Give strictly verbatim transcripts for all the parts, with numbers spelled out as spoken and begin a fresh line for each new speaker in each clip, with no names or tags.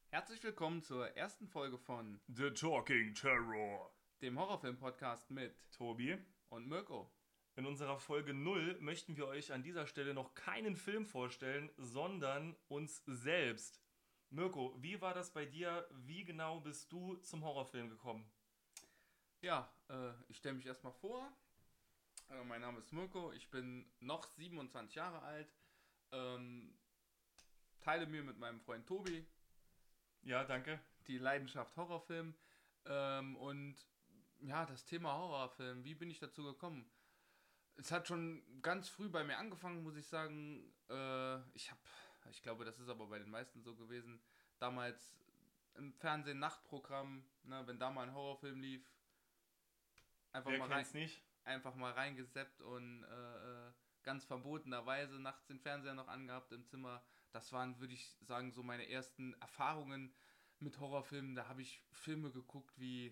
Herzlich willkommen zur ersten Folge von
The Talking Terror.
dem Horrorfilm-Podcast mit
Tobi,
und Mirko.
in unserer Folge null möchten wir euch an dieser Stelle noch keinen Film vorstellen, sondern uns selbst. Mirko, wie war das bei dir? Wie genau bist du zum Horrorfilm gekommen?
Ja, äh, ich stelle mich erstmal vor. Äh, mein Name ist Mirko, ich bin noch siebenundzwanzig Jahre alt, ähm, teile mir mit meinem Freund Tobi
Ja, danke.
die Leidenschaft Horrorfilm ähm, und ja, das Thema Horrorfilm, wie bin ich dazu gekommen? Es hat schon ganz früh bei mir angefangen, muss ich sagen. Äh, ich habe, ich glaube, das ist aber bei den meisten so gewesen, damals im Fernsehen Nachtprogramm, ne, wenn da mal ein Horrorfilm lief, einfach
Wer
mal rein,
kennt's nicht?
einfach mal reingeseppt und äh, äh, ganz verbotenerweise nachts den Fernseher noch angehabt im Zimmer. Das waren, würde ich sagen, so meine ersten Erfahrungen mit Horrorfilmen. Da habe ich Filme geguckt wie,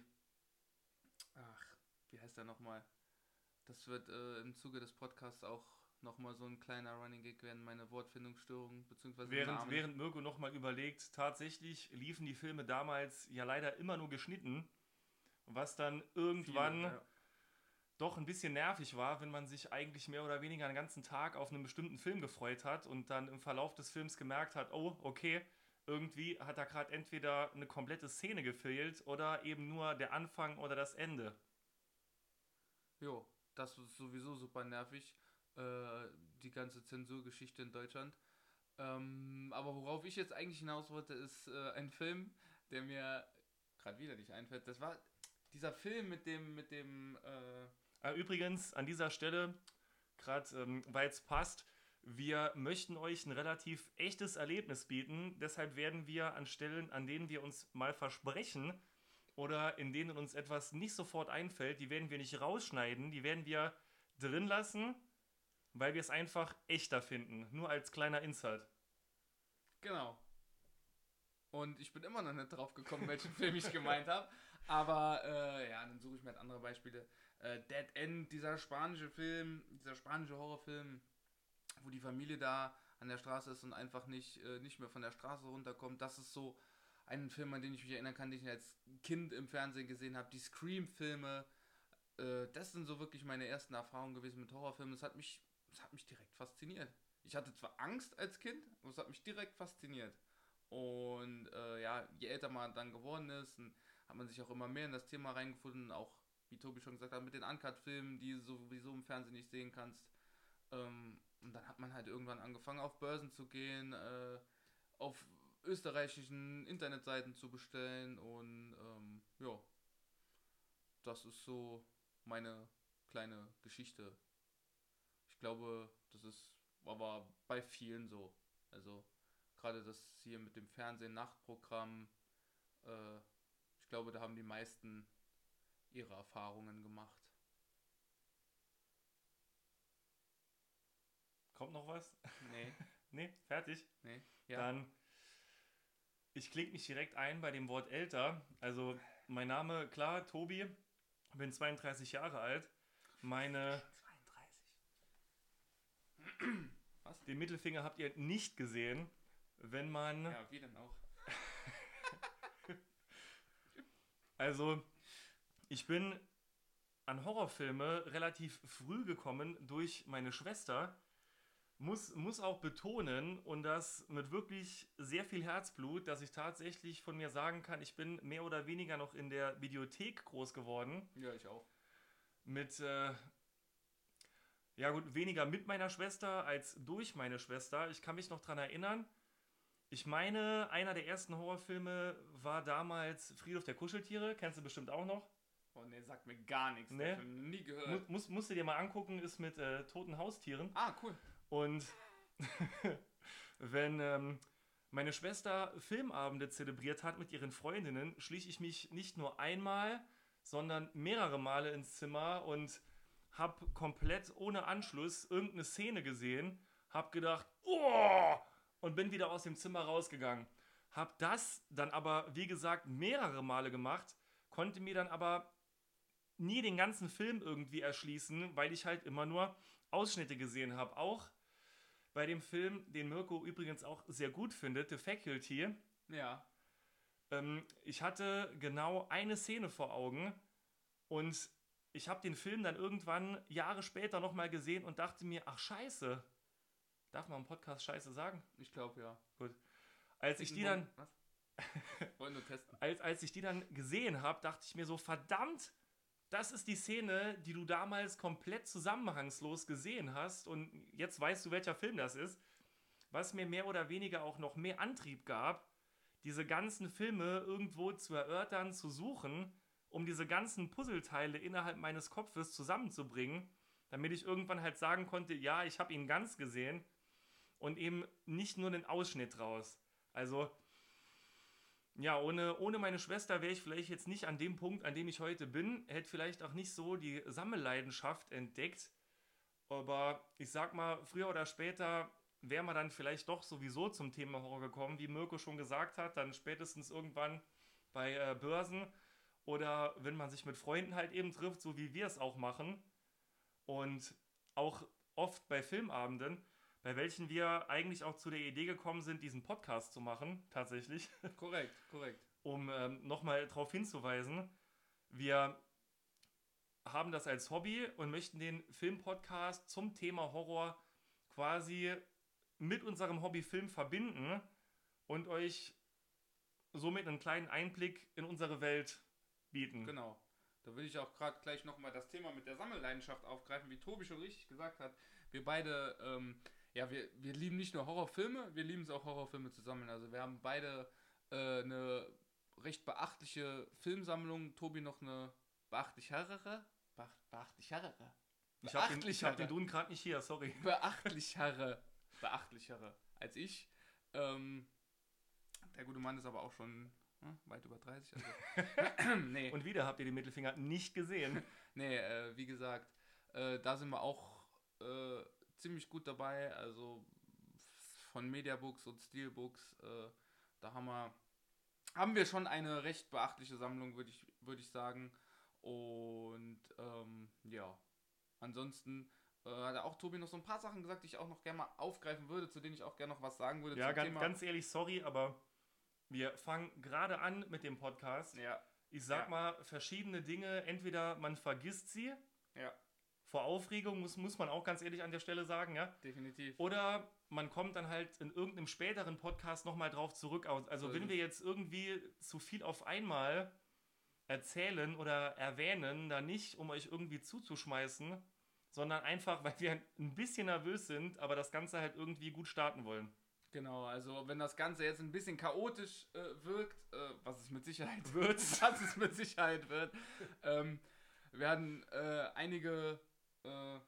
ach, wie heißt der nochmal? Das wird äh, im Zuge des Podcasts auch nochmal so ein kleiner Running Gag werden, meine Wortfindungsstörung bzw.
Während,
Namen.
während Mirko nochmal überlegt, tatsächlich liefen die Filme damals ja leider immer nur geschnitten, was dann
Viele,
irgendwann
ja.
doch ein bisschen nervig war, wenn man sich eigentlich mehr oder weniger den ganzen Tag auf einen bestimmten Film gefreut hat und dann im Verlauf des Films gemerkt hat, oh, okay, irgendwie hat da gerade entweder eine komplette Szene gefehlt oder eben nur der Anfang oder das Ende.
Jo, das ist sowieso super nervig, äh, die ganze Zensurgeschichte in Deutschland. Ähm, aber worauf ich jetzt eigentlich hinaus wollte, ist äh, ein Film, der mir gerade wieder nicht einfällt. Das war dieser Film mit dem, mit dem, äh,
Äh, übrigens, an dieser Stelle, gerade ähm, weil es passt, wir möchten euch ein relativ echtes Erlebnis bieten. Deshalb werden wir an Stellen, an denen wir uns mal versprechen oder in denen uns etwas nicht sofort einfällt, die werden wir nicht rausschneiden, die werden wir drin lassen, weil wir es einfach echter finden. Nur als kleiner Insight.
genau. Und ich bin immer noch nicht drauf gekommen, welchen Film ich gemeint habe. Aber äh, ja, dann suche ich mir halt andere Beispiele. Äh, Dead End, dieser spanische Film, dieser spanische Horrorfilm, wo die Familie da an der Straße ist und einfach nicht, äh, nicht mehr von der Straße runterkommt. Das ist so ein Film, an den ich mich erinnern kann, den ich als Kind im Fernsehen gesehen habe. Die Scream-Filme, äh, das sind so wirklich meine ersten Erfahrungen gewesen mit Horrorfilmen. Das hat mich, das hat mich direkt fasziniert. Ich hatte zwar Angst als Kind, aber es hat mich direkt fasziniert. Und äh, ja, je älter man dann geworden ist, hat man sich auch immer mehr in das Thema reingefunden. Auch, wie Tobi schon gesagt hat, mit den Uncut-Filmen, die du sowieso im Fernsehen nicht sehen kannst. Ähm, und dann hat man halt irgendwann angefangen, auf Börsen zu gehen, äh, auf österreichischen Internetseiten zu bestellen. Und ähm, ja, das ist so meine kleine Geschichte. Ich glaube, das ist aber bei vielen so. Also gerade das hier mit dem Fernsehen-Nachtprogramm, äh, ich glaube, da haben die meisten ihre Erfahrungen gemacht.
Kommt noch was?
Nee,
Nee, fertig.
nee, ja.
Dann, ich klinge mich direkt ein bei dem Wort älter. Also, mein Name, klar, Tobi, bin zweiunddreißig Jahre alt. Meine,
zweiunddreißig. Was?
den Mittelfinger habt ihr nicht gesehen, wenn man,
Ja, wie denn auch?
also, ich bin an Horrorfilme relativ früh gekommen durch meine Schwester. Muss, muss auch betonen, und das mit wirklich sehr viel Herzblut, dass ich tatsächlich von mir sagen kann, ich bin mehr oder weniger noch in der Videothek groß geworden.
Ja, ich auch.
Mit, äh, ja gut, weniger mit meiner Schwester als durch meine Schwester. Ich kann mich noch dran erinnern. Ich meine, einer der ersten Horrorfilme war damals Friedhof der Kuscheltiere. Kennst du bestimmt auch noch.
Oh ne, sagt mir gar nichts, der
Ne?
Film. Nie
Mu
gehört.
muss, musst du dir mal angucken, ist mit äh, toten Haustieren.
Ah, cool.
Und wenn ähm, meine Schwester Filmabende zelebriert hat mit ihren Freundinnen, schlich ich mich nicht nur einmal, sondern mehrere Male ins Zimmer und hab komplett ohne Anschluss irgendeine Szene gesehen, hab gedacht, oh! Und bin wieder aus dem Zimmer rausgegangen. Hab das dann aber, wie gesagt, mehrere Male gemacht, konnte mir dann aber nie den ganzen Film irgendwie erschließen, weil ich halt immer nur Ausschnitte gesehen habe. Auch bei dem Film, den Mirko übrigens auch sehr gut findet, The Faculty,
Ja.
ähm, ich hatte genau eine Szene vor Augen und ich habe den Film dann irgendwann Jahre später nochmal gesehen und dachte mir, ach scheiße, darf man im Podcast scheiße sagen?
Ich glaube, ja.
Gut. Als ich die dann,
Was? Wollen nur testen.
als, als ich die dann gesehen habe, dachte ich mir so, verdammt, das ist die Szene, die du damals komplett zusammenhangslos gesehen hast und jetzt weißt du, welcher Film das ist. Was mir mehr oder weniger auch noch mehr Antrieb gab, diese ganzen Filme irgendwo zu erörtern, zu suchen, um diese ganzen Puzzleteile innerhalb meines Kopfes zusammenzubringen, damit ich irgendwann halt sagen konnte, ja, ich habe ihn ganz gesehen und eben nicht nur einen Ausschnitt draus. Also, ja, ohne, ohne meine Schwester wäre ich vielleicht jetzt nicht an dem Punkt, an dem ich heute bin, hätte vielleicht auch nicht so die Sammelleidenschaft entdeckt, aber ich sag mal, früher oder später wäre man dann vielleicht doch sowieso zum Thema Horror gekommen, wie Mirko schon gesagt hat, dann spätestens irgendwann bei äh, Börsen oder wenn man sich mit Freunden halt eben trifft, so wie wir es auch machen und auch oft bei Filmabenden, bei welchen wir eigentlich auch zu der Idee gekommen sind, diesen Podcast zu machen, tatsächlich.
Korrekt, korrekt.
Um ähm, nochmal darauf hinzuweisen, wir haben das als Hobby und möchten den Filmpodcast zum Thema Horror quasi mit unserem Hobby Film verbinden und euch somit einen kleinen Einblick in unsere Welt bieten.
Genau. Da will ich auch gerade gleich nochmal das Thema mit der Sammelleidenschaft aufgreifen, wie Tobi schon richtig gesagt hat. Wir beide, ähm, ja, wir, wir lieben nicht nur Horrorfilme, wir lieben es auch, Horrorfilme zu sammeln. Also wir haben beide äh, eine recht beachtliche Filmsammlung. Tobi noch eine beachtlichere? Beacht, beachtlichere?
Ich habe den, ich hab den Duden gerade nicht hier, sorry.
Beachtlichere. Beachtlichere als ich. Ähm, der gute Mann ist aber auch schon hm, weit über dreißig. Also. Nee.
Und wieder habt ihr die Mittelfinger nicht gesehen.
Nee, äh, wie gesagt, äh, da sind wir auch äh, ziemlich gut dabei. Also von Mediabooks und Steelbooks, äh, da haben wir, haben wir schon eine recht beachtliche Sammlung, würde ich, würd ich sagen. Und ähm, ja, ansonsten äh, hat auch Tobi noch so ein paar Sachen gesagt, die ich auch noch gerne mal aufgreifen würde, zu denen ich auch gerne noch was sagen würde.
Ja,
zum
ganz,
Thema.
ganz ehrlich, sorry, aber wir fangen gerade an mit dem Podcast.
Ja.
Ich sag
Ja.
mal, verschiedene Dinge, entweder man vergisst sie,
Ja,
vor Aufregung, muss, muss man auch ganz ehrlich an der Stelle sagen, ja.
definitiv.
Oder man kommt dann halt in irgendeinem späteren Podcast nochmal drauf zurück. Also
So
wenn
ist
wir
es.
jetzt irgendwie zu viel auf einmal erzählen oder erwähnen, dann nicht, um euch irgendwie zuzuschmeißen, sondern einfach, weil wir ein bisschen nervös sind, aber das Ganze halt irgendwie gut starten wollen.
Genau, also wenn das Ganze jetzt ein bisschen chaotisch äh, wirkt, äh, was es mit Sicherheit
Wird.
was es mit Sicherheit wird, ähm, werden äh, einige äh,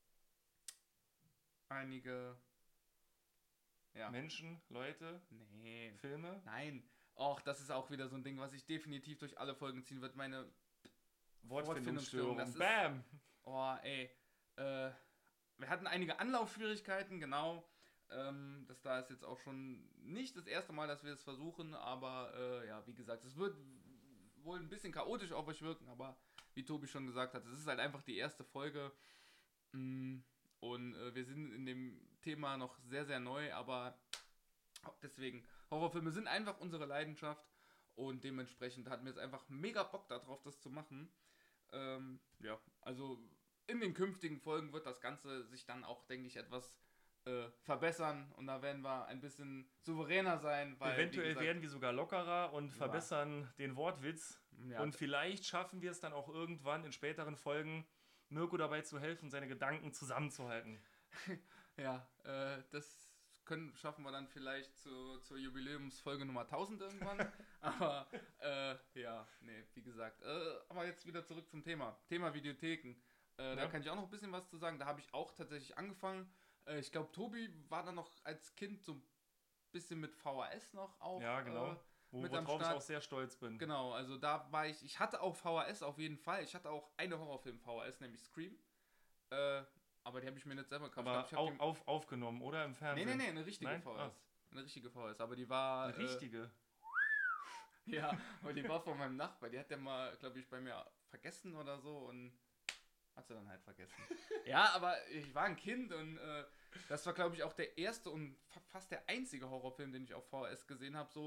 einige ja.
Menschen, Leute,
Nee,
Filme.
nein. Och, das ist auch wieder so ein Ding, was sich definitiv durch alle Folgen ziehen wird. Meine
Wortfindungsstörung.
das ist-
Bam!
Oh, ey. Äh, wir hatten einige Anlaufschwierigkeiten, genau. Ähm, das da ist jetzt auch schon nicht das erste Mal, dass wir es versuchen, aber äh, ja, wie gesagt, es wird wohl ein bisschen chaotisch auf euch wirken, aber wie Tobi schon gesagt hat, es ist halt einfach die erste Folge. Mm, Und äh, wir sind in dem Thema noch sehr, sehr neu, aber deswegen, Horrorfilme sind einfach unsere Leidenschaft und dementsprechend hatten wir jetzt einfach mega Bock darauf, das zu machen. Ähm, ja, also in den künftigen Folgen wird das Ganze sich dann auch, denke ich, etwas äh, verbessern und da werden wir ein bisschen souveräner sein, weil
Eventuell
wie gesagt,
werden wir sogar lockerer und
Ja.
verbessern den Wortwitz.
ja,
Und vielleicht schaffen wir es dann auch irgendwann in späteren Folgen, Mirko dabei zu helfen, seine Gedanken zusammenzuhalten.
ja, äh, das können, schaffen wir dann vielleicht zu, zur Jubiläumsfolge Nummer tausend irgendwann. aber äh, ja, nee, wie gesagt. Äh, aber jetzt wieder zurück zum Thema. Thema Videotheken. Äh, Da
Ja.
kann ich auch noch ein bisschen was zu sagen. Da habe ich auch tatsächlich angefangen. Äh, ich glaube, Tobi war da noch als Kind so ein bisschen mit V H S noch auch.
Ja, genau.
Äh,
Wo,
mit am
worauf ich
Start.
auch sehr stolz bin.
Genau, also da war ich, ich hatte auch V H S auf jeden Fall. Ich hatte auch eine Horrorfilm-V H S, nämlich Scream. Äh, aber die habe ich mir nicht selber gekauft.
Aber
Ich glaub, ich hab
au, auf, aufgenommen, oder? Im
die, nee,
Fernsehen?
nee, nee, eine richtige
Nein?
V H S. Eine richtige V H S, aber die war...
Eine richtige.
Äh, ja, aber die war von meinem Nachbar. Die hat der mal, glaube ich, bei mir vergessen oder so und hat sie dann halt vergessen. ja, aber ich war ein Kind und äh, das war, glaube ich, auch der erste und fa- fast der einzige Horrorfilm, den ich auf V H S gesehen habe, so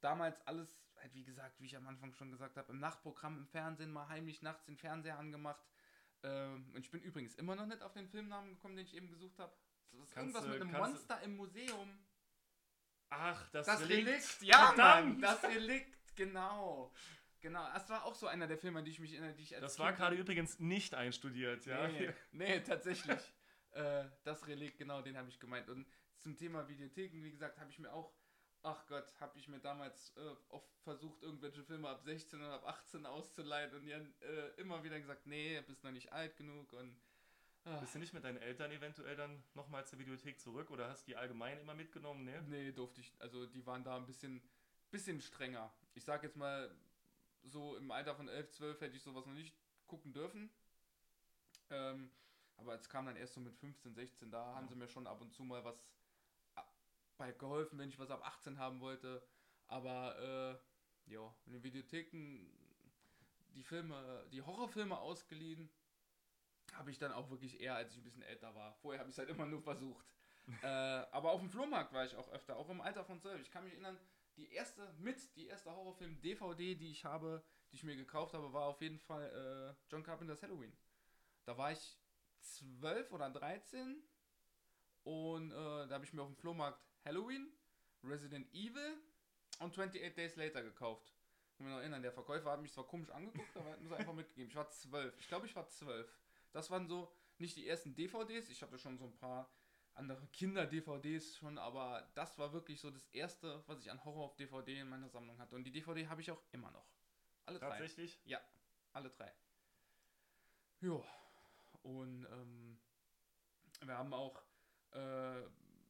damals alles, halt wie gesagt, wie ich am Anfang schon gesagt habe, im Nachtprogramm im Fernsehen mal heimlich nachts den Fernseher angemacht. Ähm, und ich bin übrigens immer noch nicht auf den Filmnamen gekommen, den ich eben gesucht habe. Das ist
Kannst
irgendwas
du-
mit einem
kannst du-
Monster im Museum.
Ach, das,
Das
Relikt.
Relikt, ja,
Verdammt!
Mann, das Relikt, genau. Genau, das war auch so einer der Filme, an die ich mich erinnere, die ich als
Das war
Kind-
gerade übrigens nicht einstudiert, ja.
Nee, nee, tatsächlich. äh, das Relikt, genau, den habe ich gemeint. Und zum Thema Videotheken, wie gesagt, habe ich mir auch, ach Gott, habe ich mir damals äh, oft versucht, irgendwelche Filme ab sechzehn oder ab achtzehn auszuleihen und die haben äh, immer wieder gesagt, nee, bist noch nicht alt genug und ach,
Bist du nicht mit deinen Eltern eventuell dann nochmal zur Videothek zurück oder hast die allgemein immer mitgenommen, ne?
nee, durfte ich, also die waren da ein bisschen, bisschen strenger. Ich sag jetzt mal, so im Alter von elf, zwölf hätte ich sowas noch nicht gucken dürfen. Ähm, aber es kam dann erst so mit fünfzehn, sechzehn, da haben sie mir schon ab und zu mal was a- bei geholfen, wenn ich was ab achtzehn haben wollte. Aber, äh, ja, in den Videotheken die Filme, die Horrorfilme ausgeliehen, habe ich dann auch wirklich eher, als ich ein bisschen älter war. Vorher habe ich es halt immer nur versucht. äh, aber auf dem Flohmarkt war ich auch öfter, auch im Alter von zwölf. Ich kann mich erinnern, die erste, mit, die erste Horrorfilm-D V D, die ich habe, die ich mir gekauft habe, war auf jeden Fall äh, John Carpenters Halloween. Da war ich zwölf oder dreizehn und äh, da habe ich mir auf dem Flohmarkt Halloween, Resident Evil und achtundzwanzig Days Later gekauft. Ich kann mich noch erinnern, der Verkäufer hat mich zwar komisch angeguckt, aber er hat mir so einfach mitgegeben. Ich war zwölf. Ich glaube, ich war zwölf. Das waren so nicht die ersten D V Ds. Ich hatte schon so ein paar andere Kinder-D V Ds schon, aber das war wirklich so das erste, was ich an Horror auf D V D in meiner Sammlung hatte. Und die D V D habe ich auch immer noch. Alle drei.
Tatsächlich?
Ja, alle drei. Jo. Und ähm, wir haben auch, äh,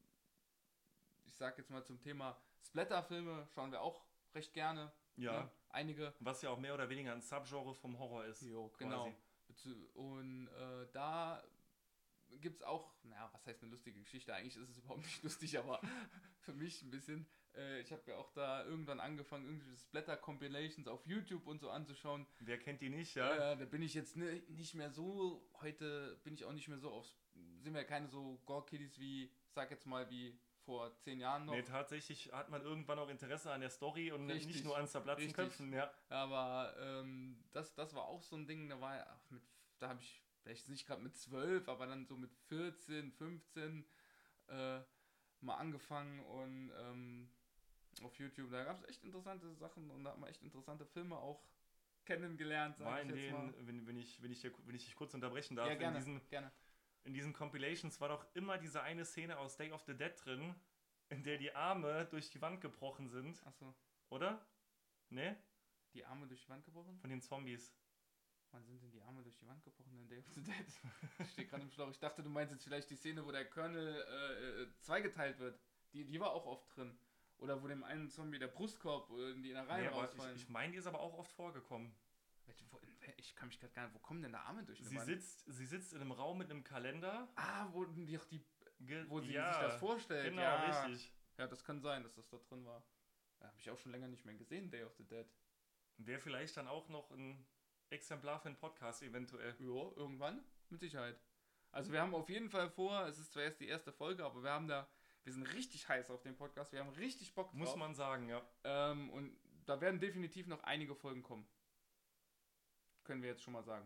ich sag jetzt mal zum Thema Splatter-Filme, schauen wir auch recht gerne.
Ja.
Ne? Einige.
Was ja auch mehr oder weniger ein Subgenre vom Horror ist.
Jo,
quasi.
genau. Bezü- Und äh, da gibt es auch, naja, was heißt eine lustige Geschichte? Eigentlich ist es überhaupt nicht lustig, aber für mich ein bisschen. Äh, ich habe ja auch da irgendwann angefangen, irgendwelche Splatter-Compilations auf YouTube und so anzuschauen.
Wer kennt die nicht, ja?
Äh, da bin ich jetzt ne, nicht mehr so, heute bin ich auch nicht mehr so aufs, sind wir keine so Gore-Kiddies wie, sag jetzt mal, wie vor zehn Jahren noch.
Nee, tatsächlich hat man irgendwann auch Interesse an der Story und
Richtig,
nicht nur an zerplatzten
richtig.
Köpfen, ja.
Aber ähm, das, das war auch so ein Ding, da war ja mit, da habe ich, vielleicht nicht gerade mit zwölf, aber dann so mit vierzehn, fünfzehn äh, mal angefangen und ähm, auf YouTube, da gab es echt interessante Sachen und da hat man echt interessante Filme auch kennengelernt, sag
War
ich
in
jetzt mal.
den, wenn, wenn, ich, wenn, ich dir, wenn ich dich kurz unterbrechen darf,
Ja, gerne,
in diesen
gerne.
in diesen Compilations war doch immer diese eine Szene aus Day of the Dead drin, in der die Arme durch die Wand gebrochen sind,
Achso,
oder? Ne?
die Arme durch die Wand gebrochen?
Von den Zombies.
Wann sind denn die Arme durch die Wand gebrochen in Day of the Dead? Ich stehe gerade im Schlauch. Ich dachte, du meinst jetzt vielleicht die Szene, wo der Colonel äh, äh, zweigeteilt wird. Die, die war auch oft drin. Oder wo dem einen Zombie der Brustkorb äh, in die Innereien
Nee, aber
rausfallen.
ich, ich meine, die ist aber auch oft vorgekommen.
Welche, wo, in, ich kann mich gerade gar nicht... Wo kommen denn da Arme durch die
Sie
Wand?
sitzt, sie sitzt in einem Raum mit einem Kalender.
Ah, wo, die, die,
Ge
wo sie
ja,
sich das vorstellt.
Genau,
ja.
richtig.
Ja, das kann sein, dass das da drin war. Ja, habe ich auch schon länger nicht mehr gesehen, Day of the Dead.
Wäre vielleicht dann auch noch ein Exemplar für einen Podcast eventuell.
Ja, irgendwann, mit Sicherheit. Also wir haben auf jeden Fall vor, es ist zwar erst die erste Folge, aber wir haben da, wir sind richtig heiß auf den Podcast, wir haben richtig Bock drauf.
Muss man sagen, ja.
Ähm, und da werden definitiv noch einige Folgen kommen. Können wir jetzt schon mal sagen.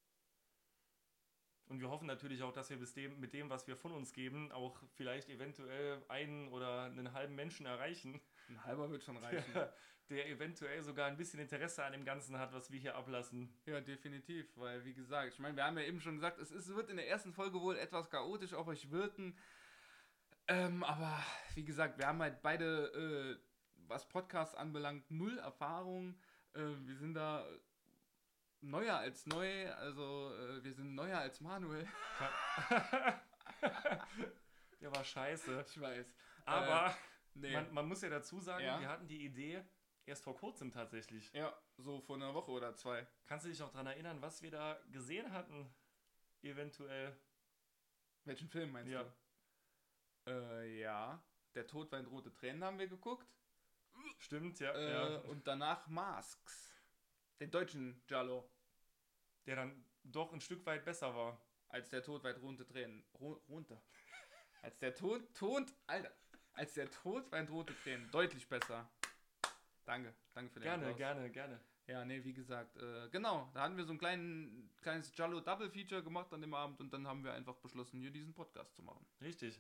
Und wir hoffen natürlich auch, dass wir bis dem, mit dem, was wir von uns geben, auch vielleicht eventuell einen oder einen halben Menschen erreichen,
Ein halber wird schon reichen.
der, der eventuell sogar ein bisschen Interesse an dem Ganzen hat, was wir hier ablassen.
Ja, definitiv, weil wie gesagt, ich meine, wir haben ja eben schon gesagt, es ist, wird in der ersten Folge wohl etwas chaotisch auf euch wirken. Ähm, aber wie gesagt, wir haben halt beide, äh, was Podcasts anbelangt, null Erfahrung. Äh, wir sind da neuer als neu, also äh, wir sind neuer als Manuel.
Der war scheiße.
Ich weiß.
Aber
äh, nee.
man, man muss ja dazu sagen,
Ja.
wir hatten die Idee erst vor kurzem tatsächlich.
Ja, so vor einer Woche oder zwei.
Kannst du dich noch daran erinnern, was wir da gesehen hatten? Eventuell.
Welchen Film meinst
Ja.
du? Äh, ja. Der Tod weint rote Tränen haben wir geguckt.
Stimmt, ja.
Äh,
ja.
Und danach Masks. Den deutschen Giallo.
Der dann doch ein Stück weit besser war.
Als der Tod weit rote Tränen. Ro- runter. Als der Tod, Tod, Alter. Als der Tod weint rote Tränen. Deutlich besser. Danke, danke für den
Gerne,
Applaus.
gerne, gerne.
Ja, nee, wie gesagt, äh, genau, da hatten wir so ein kleinen, kleines Jallo-Double-Feature gemacht an dem Abend und dann haben wir einfach beschlossen, hier diesen Podcast zu machen.
Richtig.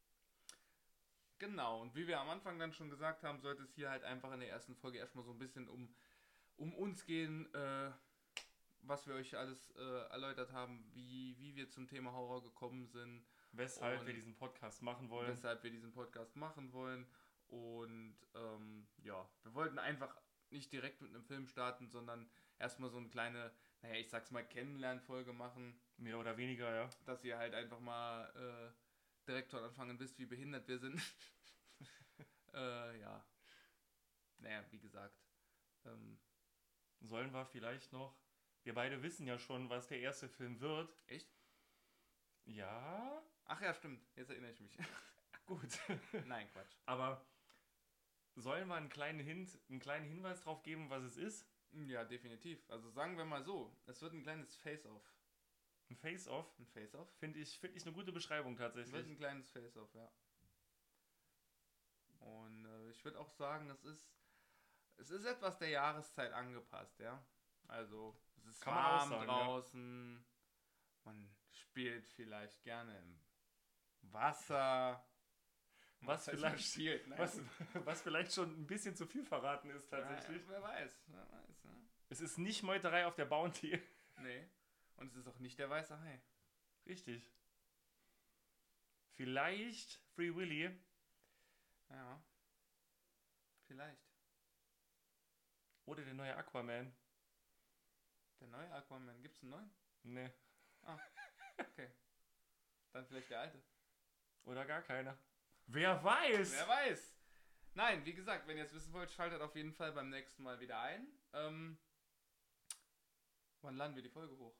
Genau, und wie wir am Anfang dann schon gesagt haben, sollte es hier halt einfach in der ersten Folge erstmal so ein bisschen um, um uns gehen, äh, was wir euch alles äh, erläutert haben, wie, wie wir zum Thema Horror gekommen sind.
Weshalb
Und
wir diesen Podcast machen wollen.
Weshalb wir diesen Podcast machen wollen. Und ähm, ja, wir wollten einfach nicht direkt mit einem Film starten, sondern erstmal so eine kleine, naja, ich sag's mal, Kennenlernfolge machen.
Mehr oder weniger, ja.
Dass ihr halt einfach mal äh, direkt von Anfang an wisst, wie behindert wir sind. äh, ja. Naja, wie gesagt. Ähm,
Sollen wir vielleicht noch... Wir beide wissen ja schon, was der erste Film wird.
Echt?
Ja.
Ach ja, stimmt. Jetzt erinnere ich mich.
Gut.
Nein, Quatsch.
Aber sollen wir einen kleinen Hint, einen kleinen Hinweis drauf geben, was es ist?
Ja, definitiv. Also sagen wir mal so, es wird ein kleines Face-Off.
Ein Face-Off?
Ein Face-Off?
Finde ich, find ich eine gute Beschreibung tatsächlich.
Es wird ein kleines Face-Off, ja. Und äh, ich würde auch sagen, es ist, es ist etwas der Jahreszeit angepasst, ja. Also, es ist
Kann man auch
warm
sagen,
draußen, ja. Man spielt vielleicht gerne im Wasser.
Was,
heißt,
vielleicht,
spielt, ne?
was, was vielleicht schon ein bisschen zu viel verraten ist tatsächlich.
Ja, wer weiß, wer weiß, ne?
Es ist nicht Meuterei auf der Bounty.
Nee. Und es ist auch nicht der weiße Hai.
Richtig. Vielleicht Free Willy.
Ja. Vielleicht.
Oder der neue Aquaman.
Der neue Aquaman. Gibt's einen neuen?
Nee.
Ah, okay. Dann vielleicht der alte.
Oder gar keiner. Wer weiß?
Wer weiß. Nein, wie gesagt, wenn ihr es wissen wollt, schaltet auf jeden Fall beim nächsten Mal wieder ein. Ähm, wann laden wir die Folge hoch?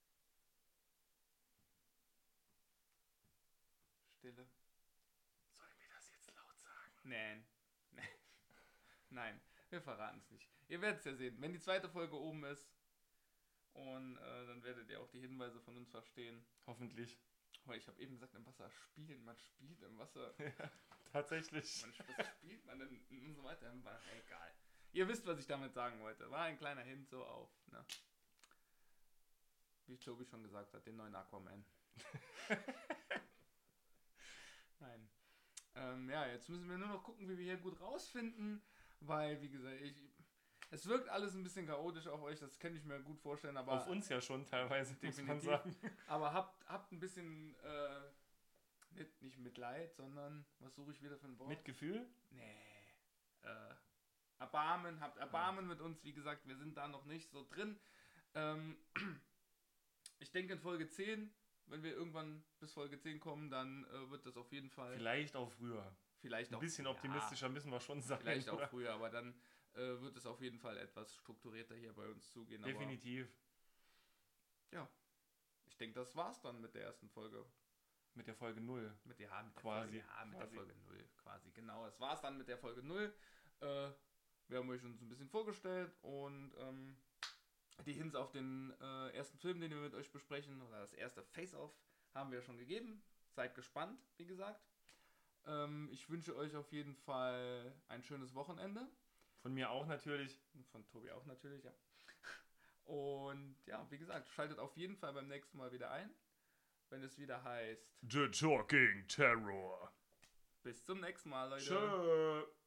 Stille.
Sollen wir das jetzt laut sagen?
Nein. Nein, wir verraten es nicht. Ihr werdet es ja sehen, wenn die zweite Folge oben ist. Und äh, dann werdet ihr auch die Hinweise von uns verstehen.
Hoffentlich.
Aber ich habe eben gesagt, im Wasser spielen. Man spielt im Wasser.
Ja, tatsächlich.
Man, was spielt man denn und so weiter im Wasser? Egal. Ihr wisst, was ich damit sagen wollte. War ein kleiner Hint so auf, ne? Wie Tobi schon gesagt hat, den neuen Aquaman. Nein. Ähm, ja, jetzt müssen wir nur noch gucken, wie wir hier gut rausfinden, weil, wie gesagt, ich, es wirkt alles ein bisschen chaotisch auf euch, das kann ich mir gut vorstellen, aber...
Auf uns ja schon teilweise,
definitiv,
muss man sagen.
Aber habt, habt ein bisschen, äh, mit, nicht Mitleid, sondern, was suche ich wieder für ein Wort?
Mitgefühl?
Nee. Äh, Erbarmen, habt Erbarmen mit uns, wie gesagt, wir sind da noch nicht so drin. Ähm, ich denke in Folge zehn, wenn wir irgendwann bis Folge zehn kommen, dann äh, wird das auf jeden Fall...
Vielleicht auch früher.
Vielleicht
Ein
auch,
bisschen
ja,
optimistischer müssen wir schon sein.
vielleicht auch
oder?
früher, aber dann äh, wird es auf jeden Fall etwas strukturierter hier bei uns zugehen.
Definitiv.
Aber, ja, ich denke, das war's dann mit der ersten Folge.
Mit der Folge null.
Mit der, ja, mit der
Quasi.
Folge, ja, mit
Quasi.
der Folge null, quasi, genau. Das war's dann mit der Folge null. Äh, wir haben euch uns ein bisschen vorgestellt und ähm, die Hints auf den äh, ersten Film, den wir mit euch besprechen, oder das erste Face-Off, haben wir schon gegeben. Seid gespannt, wie gesagt. Ähm, ich wünsche euch auf jeden Fall ein schönes Wochenende.
Von mir auch natürlich.
Von Tobi auch natürlich, ja. Und ja, wie gesagt, schaltet auf jeden Fall beim nächsten Mal wieder ein, wenn es wieder heißt
The Talking Terror.
bis zum nächsten Mal, Leute.
Tschö.